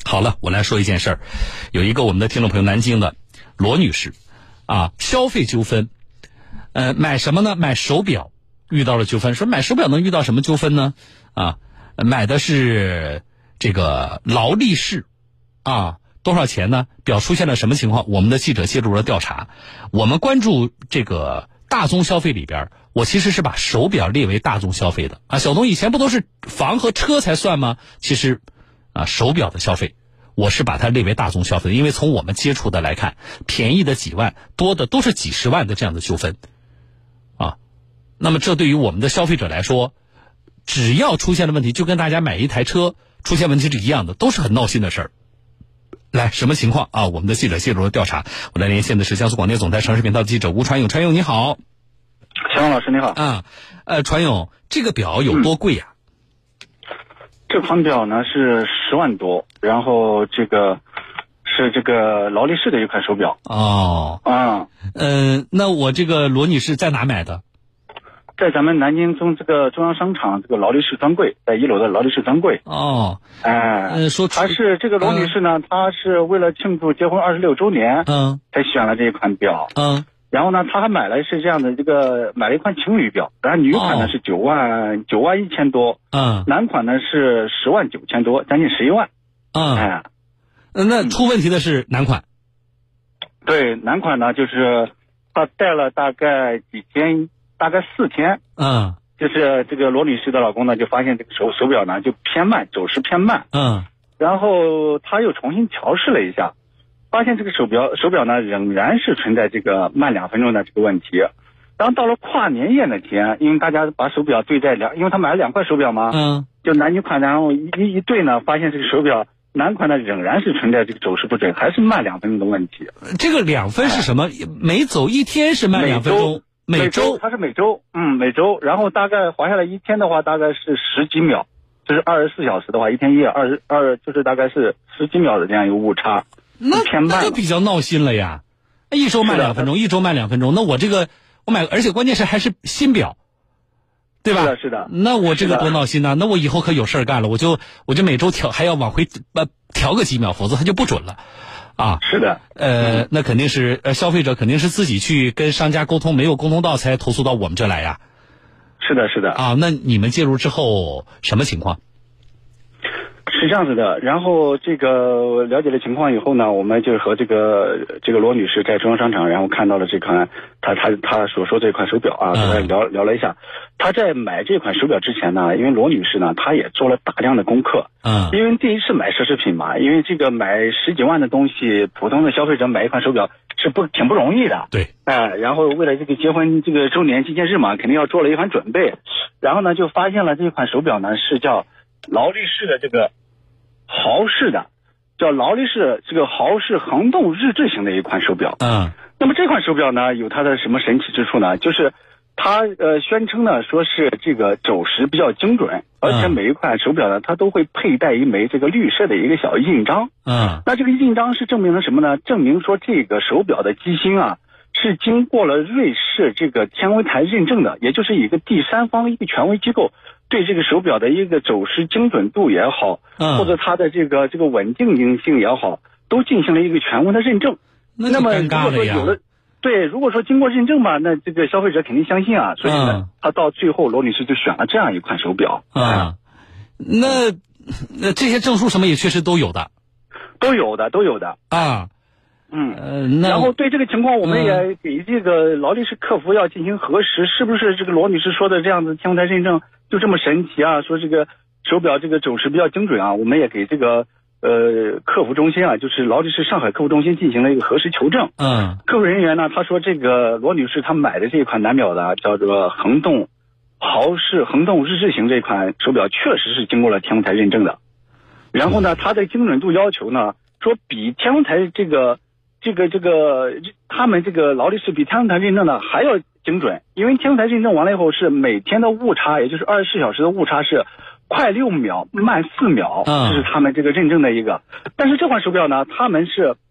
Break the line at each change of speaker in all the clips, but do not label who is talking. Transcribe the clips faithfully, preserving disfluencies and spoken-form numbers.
好了，我来说一件事儿，有一个我们的听众朋友，南京的罗女士啊，消费纠纷，呃，买什么呢？买手表遇到了纠纷，说买手表能遇到什么纠纷呢？啊，买的是这个劳力士啊，多少钱呢？表出现了什么情况？我们的记者介入了调查，我们关注这个大宗消费里边，我其实是把手表列为大宗消费的啊。小东以前不都是房和车才算吗？其实啊，手表的消费我是把它列为大宗消费的，因为从我们接触的来看，便宜的几万，多的都是几十万的这样的纠纷啊。那么这对于我们的消费者来说，只要出现了问题，就跟大家买一台车出现问题是一样的，都是很闹心的事儿。来，什么情况啊？我们的记者介入了调查，我来连线的是江苏广电总台城市频道记者吴传勇。传勇你好。
小王老师你好。
啊，呃，传勇，这个表有多贵呀、啊
嗯？这款表呢是十万多，然后这个是这个劳力士的一款手表。
哦。
啊。
嗯、呃，那我这个罗女士在哪买的？
在咱们南京中这个中央商场这个劳力士专柜，在一楼的劳力士专柜。
哦。
哎。
呃，说
她是这个罗女士呢，她、嗯、是为了庆祝结婚二十六周年，
嗯，
才选了这一款表。
嗯。
然后呢，她还买了是这样的这个买了一款情侣表，然后女款呢、哦、是九万九万一千多，
嗯，
男款呢是十万九千多，将近十一万。
嗯。
哎。
那出问题的是男款。
嗯、对，男款呢就是他戴了大概几天。大概四天，
嗯，
就是这个罗女士的老公呢，就发现这个手手表呢就偏慢，走时偏慢，
嗯，
然后他又重新调试了一下，发现这个手表手表呢仍然是存在这个慢两分钟的这个问题。然后到了跨年夜那天，因为大家把手表对在两，因为他买了两块手表嘛，
嗯，
就男女款，然后一一对呢，发现这个手表男款呢仍然是存在这个走时不准，还是慢两分钟的问题。
这个两分是什么？哎、每走一天是慢两分钟。
每周，它是每周，嗯，每周，然后大概划下来一天的话，大概是十几秒，就是二十四小时的话，一天夜二十二，就是大概是十几秒的这样一个误差，
那
偏慢，
那就比较闹心了呀。一周慢两分钟，一周慢两分钟，那我这个我买，而且关键是还是新表，对吧？
是的，是的。
那我这个多闹心呐！那我以后可有事儿干了，我就我就每周调还要往回呃调个几秒，否则它就不准了。啊，
是的，
呃，那肯定是呃，消费者肯定是自己去跟商家沟通，没有沟通到才投诉到我们这来呀。
是的，是的。
啊，那你们介入之后什么情况？
是这样子的，然后这个了解了情况以后呢，我们就和这个这个罗女士在中央商场，然后看到了这款她她她所说这款手表啊，跟她聊聊了一下。她在买这款手表之前呢，因为罗女士呢，她也做了大量的功课，
嗯，
因为第一次买奢侈品嘛，因为这个买十几万的东西，普通的消费者买一款手表是不挺不容易的，
对，
哎、呃，然后为了这个结婚这个周年纪念日嘛，肯定要做了一番准备，然后呢，就发现了这款手表呢是叫劳力士的这个。豪士的叫劳力士这个豪士恒动日志型的一款手表，
嗯，
那么这款手表呢有它的什么神奇之处呢？就是它呃宣称呢说是这个走时比较精准，而且每一款手表呢它都会佩戴一枚这个绿色的一个小印章，
嗯，
那这个印章是证明了什么呢？证明说这个手表的机芯啊是经过了瑞士这个天文台认证的，也就是一个第三方一个权威机构。对这个手表的一个走时精准度也好，
嗯，
或者它的这个这个稳定性也好，都进行了一个权威的认证。
那就尴尬了呀。
那么如果说有了，对，如果说经过认证吧，那这个消费者肯定相信啊，所以呢，
嗯、
他到最后罗女士就选了这样一款手表。
啊、嗯，那那这些证书什么也确实都有的，
都有的，都有的
啊。
嗯，
呃，那
然后对这个情况，我们也给这个劳力士客服要进行核实，是不是这个罗女士说的这样子天文台认证就这么神奇啊？说这个手表这个走时比较精准啊，我们也给这个呃客服中心啊，就是劳力士上海客服中心进行了一个核实求证。
嗯，
客服人员呢，他说这个罗女士她买的这款男表的叫做恒动豪士恒动日志型这款手表，确实是经过了天文台认证的。然后呢，它的精准度要求呢，说比天文台这个。这个这个，他们这个劳力士比天文台认证的还要精准，因为天文台认证完了以后是每天的误差，也就是二十四小时的误差是快六秒，慢四秒，这是他们这个认证的一个。但是这款手表呢，他们是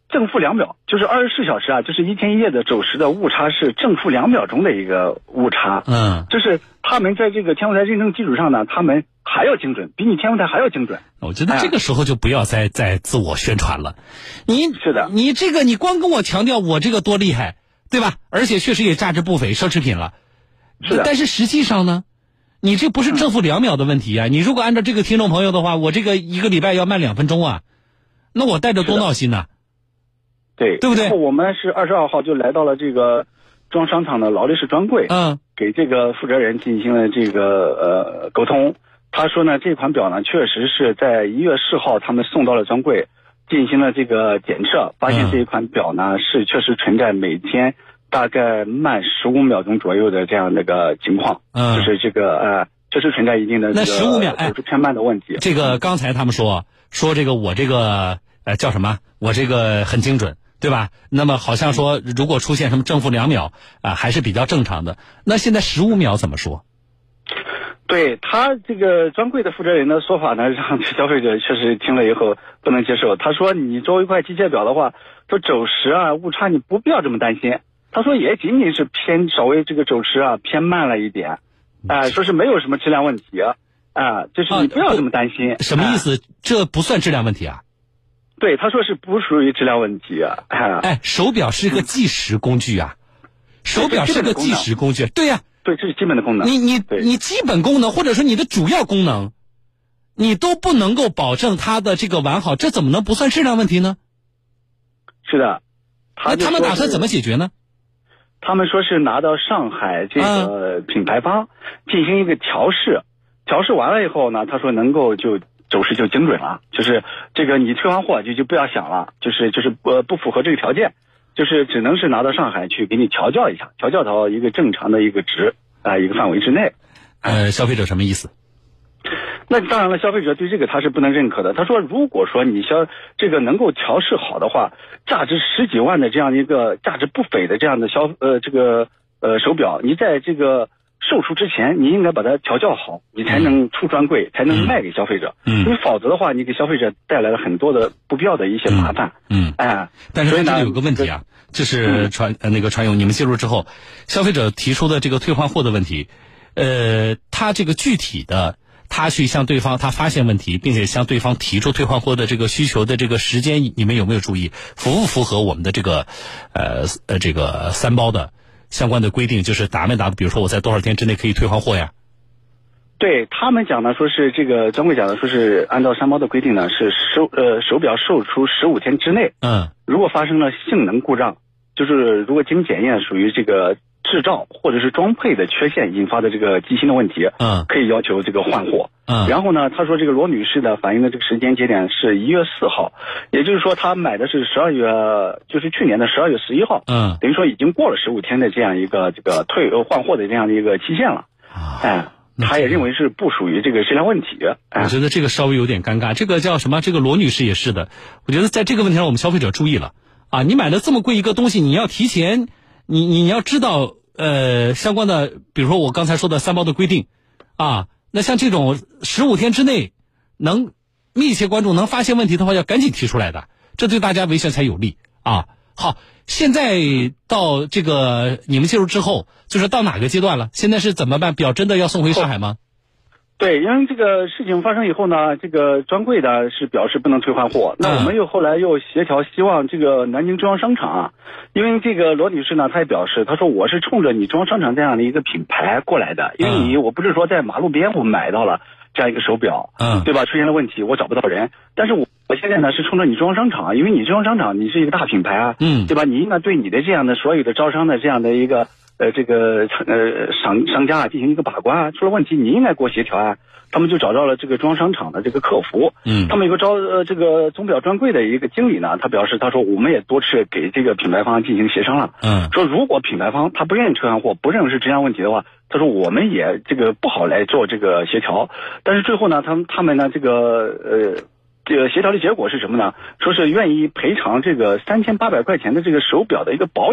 正负两秒，就是二十四小时啊，就是一天一夜的走时的误差是正负两秒钟的一个误差。
嗯，
就是他们在这个天文台认证基础上呢，他们还要精准，比你天文台还要精准。
我觉得这个时候就不要再再自我宣传了。你
是的，
你这个你光跟我强调我这个多厉害，对吧？而且确实也价值不菲，奢侈品了。
是的。
但是实际上呢，你这不是正负两秒的问题啊！你如果按照这个听众朋友的话，我这个一个礼拜要慢两分钟啊，那我带着多闹心呐、啊！
对，
对不对？
然后我们是二十二号就来到了这个中央商场的劳力士专柜，
嗯，
给这个负责人进行了这个呃沟通。他说呢，这款表呢确实是在一月四号他们送到了专柜，进行了这个检测，发现这一款表呢、嗯、是确实存在每天大概慢十五秒钟左右的这样的个情况，
嗯，
就是这个呃确实存在一定的这个
那十五秒哎
偏慢的问题。
这个刚才他们说说这个我这个呃叫什么？我这个很精准。对吧？那么好像说，如果出现什么正负两秒啊、呃，还是比较正常的。那现在十五秒怎么说？
对他这个专柜的负责人的说法呢，让消费者确实听了以后不能接受。他说，你作为一块机械表的话，说走时啊误差你不必要这么担心。他说也仅仅是偏稍微这个走时啊偏慢了一点，啊、呃，说是没有什么质量问题啊、呃，就是你不要这么担心。
啊、什么意思、呃？这不算质量问题啊？
对，他说是不属于质量问题啊。
哎，手表是个计时工具啊，嗯、手表是个计时工具，对呀、啊，
对，这是基本的功能。
你你你基本功能或者说你的主要功能，你都不能够保证它的这个完好，这怎么能不算质量问题呢？
是的，
那他们打算怎么解决呢？
他们说是拿到上海这个品牌方进行一个调试，调试完了以后呢，他说能够就。走时就精准了，就是这个你退换货就就不要想了，就是就是呃不符合这个条件，就是只能是拿到上海去给你调教一下，调教到一个正常的一个值啊、呃、一个范围之内。
呃，消费者什么意思？
那当然了，消费者对这个他是不能认可的。他说，如果说你消这个能够调试好的话，价值十几万的这样一个价值不菲的这样的消呃这个呃手表，你在这个。售出之前，你应该把它调教好，你才能出专柜，嗯、才能卖给消费者。嗯，因为否则的话，你给消费者带来了很多的不必要的一些麻烦。
嗯，
哎、呃，
但是这里有个问题啊，就是传呃那个传勇，你们介入之后，消费者提出的这个退换货的问题，呃，他这个具体的，他去向对方他发现问题，并且向对方提出退换货的这个需求的这个时间，你们有没有注意，符不符合我们的这个呃呃这个三包的？相关的规定就是达没达？比如说我在多少天之内可以退换货呀？
对他们讲呢，说是这个专柜讲的，说是按照三包的规定呢，是手呃手表售出十五天之内，
嗯，
如果发生了性能故障，就是如果经检验属于这个制造或者是装配的缺陷引发的这个机芯的问题，
嗯，
可以要求这个换货。
嗯，
然后呢，他说这个罗女士的反映的这个时间节点是一月四号，也就是说她买的是十二月，就是去年的十二月十一号，
嗯，
等于说已经过了十五天的这样一个这个退呃换货的这样的一个期限了，
啊，
哎，他也认为是不属于这个质量问题。
我觉得这个稍微有点尴尬。这个叫什么？这个罗女士也是的。我觉得在这个问题上，我们消费者注意了啊！你买了这么贵一个东西，你要提前，你你要知道呃相关的，比如说我刚才说的三包的规定啊。那像这种十五天之内能密切关注、能发现问题的话，要赶紧提出来的，这对大家维权才有利啊。好，现在到这个你们介入之后，就是到哪个阶段了？现在是怎么办？表真的要送回上海吗？
对，因为这个事情发生以后呢，这个专柜的是表示不能退换货。那我们又后来又协调，希望这个南京中央商场啊，因为这个罗女士呢，她也表示，她说我是冲着你中央商场这样的一个品牌过来的，因为你我不是说在马路边我买到了这样一个手表，
嗯，
对吧？出现了问题，我找不到人，但是我我现在呢是冲着你中央商场，因为你中央商场你是一个大品牌啊，
嗯，
对吧？你应该对你的这样的所有的招商的这样的一个呃这个呃商商家啊进行一个把关啊，出了问题你应该给我协调啊。他们就找到了这个中央商场的这个客服，
嗯，
他们有个招呃这个钟表专柜的一个经理呢，他表示他说我们也多次给这个品牌方进行协商了，
嗯，说
如果品牌方他不愿意退换货，不认为是质量问题的话，他说我们也这个不好来做这个协调，但是最后呢，他们他们呢这个呃这个协调的结果是什么呢？说是愿意赔偿这个三千八百块钱的这个手表的一个保养。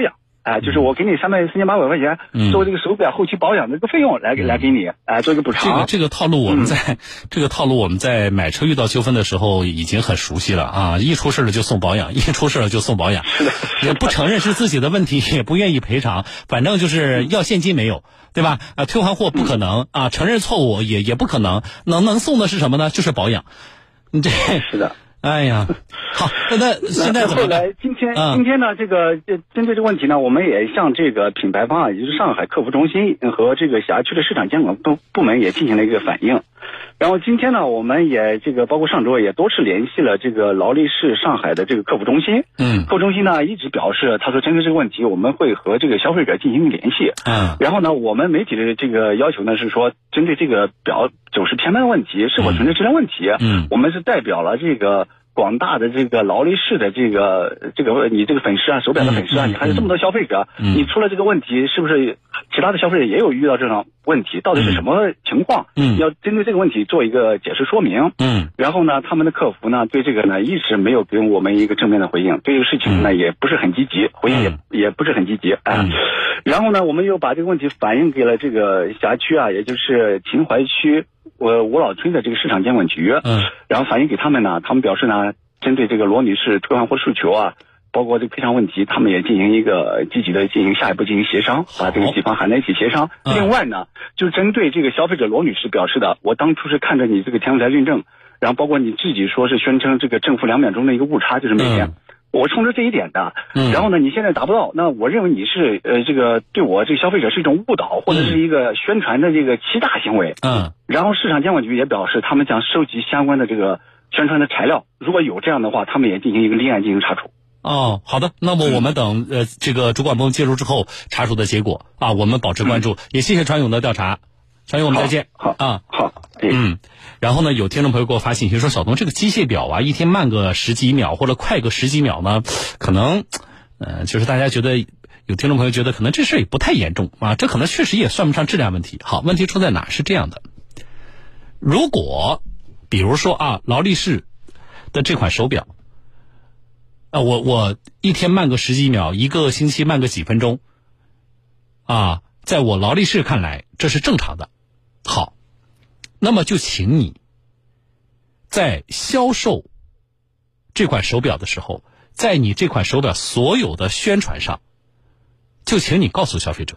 哎、呃，就是我给你三百四千八百块钱，
嗯，
作为这个手表后期保养的一个费用来给、嗯、来给你，哎、呃，做一个补偿。
这个这个套路我们在、嗯、这个套路我们在买车遇到纠纷的时候已经很熟悉了啊！一出事了就送保养，一出事了就送保养，
是的，
也不承认是自己的问题，也不愿意赔偿，反正就是要现金没有，对吧？啊，退还货不可能、嗯、啊，承认错误也也不可能，能能送的是什么呢？就是保养。你这
是的。
哎呀，好，那那现在怎么
后来今天、
嗯、
今天呢，这个针对这个问题呢，我们也向这个品牌方啊，也就是上海客服中心和这个辖区的市场监管部部门也进行了一个反映。然后今天呢，我们也这个包括上周也多次联系了这个劳力士上海的这个客服中心。
嗯，
客服中心呢一直表示，他说针对这个问题，我们会和这个消费者进行联系。
嗯，
然后呢，我们媒体的这个要求呢是说，针对这个表走势偏慢的问题，是否存在质量问题？
嗯，
我们是代表了这个广大的这个劳力士的这个这个你这个粉丝啊，手表的粉丝啊，
嗯、
你还有这么多消费者，
嗯、
你出了这个问题，是不是其他的消费者也有遇到这种问题？到底是什么情况？
嗯，
要针对这个问题做一个解释说明。
嗯，
然后呢，他们的客服呢对这个呢一直没有给我们一个正面的回应，对这个事情呢、嗯、也不是很积极，回应也、嗯、也不是很积极。哎、
嗯，
然后呢，我们又把这个问题反映给了这个辖区啊，也就是秦淮区呃五老村的这个市场监管局。
嗯，
然后反映给他们呢，他们表示呢，针对这个罗女士退还货诉求啊，包括这个赔偿问题，他们也进行一个积极的进行下一步进行协商，把这个几方喊在一起协商。
嗯、
另外呢，就针对这个消费者罗女士表示的，我当初是看着你这个天文台认证，然后包括你自己说是宣称这个正负两秒钟的一个误差，就是每天。嗯，我冲着这一点的，
嗯，
然后呢，你现在达不到，那我认为你是呃这个对我这个消费者是一种误导，或者是一个宣传的这个欺诈行为。
嗯，然
后市场监管局也表示，他们将收集相关的这个宣传的材料，如果有这样的话，他们也进行一个立案进行查处。
哦，好的，那么我们等呃这个主管部门介入之后查处的结果啊，我们保持关注，嗯、也谢谢传勇的调查。传勇，我们再见。
好，
好啊，
好，
嗯。然后呢，有听众朋友给我发信息说，小东这个机械表啊，一天慢个十几秒或者快个十几秒呢，可能，呃，就是大家觉得有听众朋友觉得可能这事也不太严重啊，这可能确实也算不上质量问题。好，问题出在哪？是这样的，如果比如说啊，劳力士的这款手表，啊，我我一天慢个十几秒，一个星期慢个几分钟，啊，在我劳力士看来这是正常的。好，那么就请你在销售这款手表的时候，在你这款手表所有的宣传上，就请你告诉消费者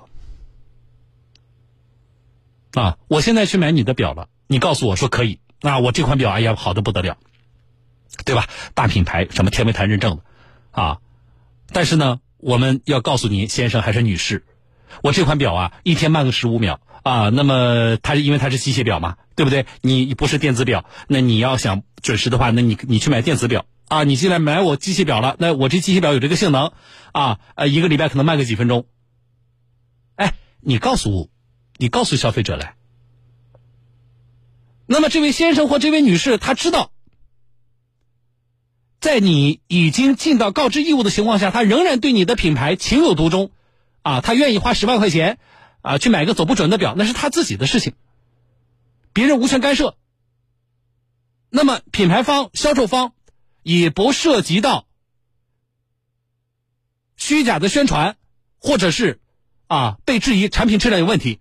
啊，我现在去买你的表了，你告诉我说可以，啊，我这款表哎呀好的不得了，对吧？大品牌什么天文台认证的啊，但是呢，我们要告诉您先生还是女士，我这款表啊一天慢个十五秒啊，那么它是因为它是机械表嘛，对不对？你不是电子表，那你要想准时的话，那你你去买电子表啊。你既然买我机械表了，那我这机械表有这个性能啊，呃，一个礼拜可能慢个几分钟。哎，你告诉，你告诉消费者来。那么这位先生或这位女士，他知道，在你已经尽到告知义务的情况下，他仍然对你的品牌情有独钟啊，他愿意花十万块钱啊去买个走不准的表，那是他自己的事情，别人无权干涉。那么品牌方、销售方也不涉及到虚假的宣传，或者是啊被质疑产品质量有问题。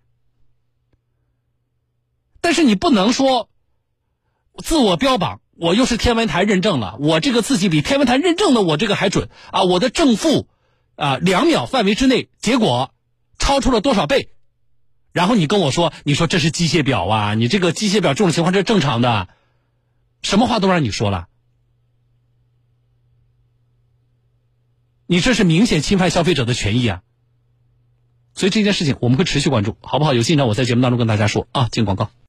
但是你不能说自我标榜，我又是天文台认证了，我这个自己比天文台认证的我这个还准啊，我的正负啊两秒范围之内，结果超出了多少倍，然后你跟我说，你说这是机械表啊，你这个机械表这种情况这是正常的，什么话都让你说了，你这是明显侵犯消费者的权益啊。所以这件事情我们会持续关注，好不好？有进展我在节目当中跟大家说啊，进广告。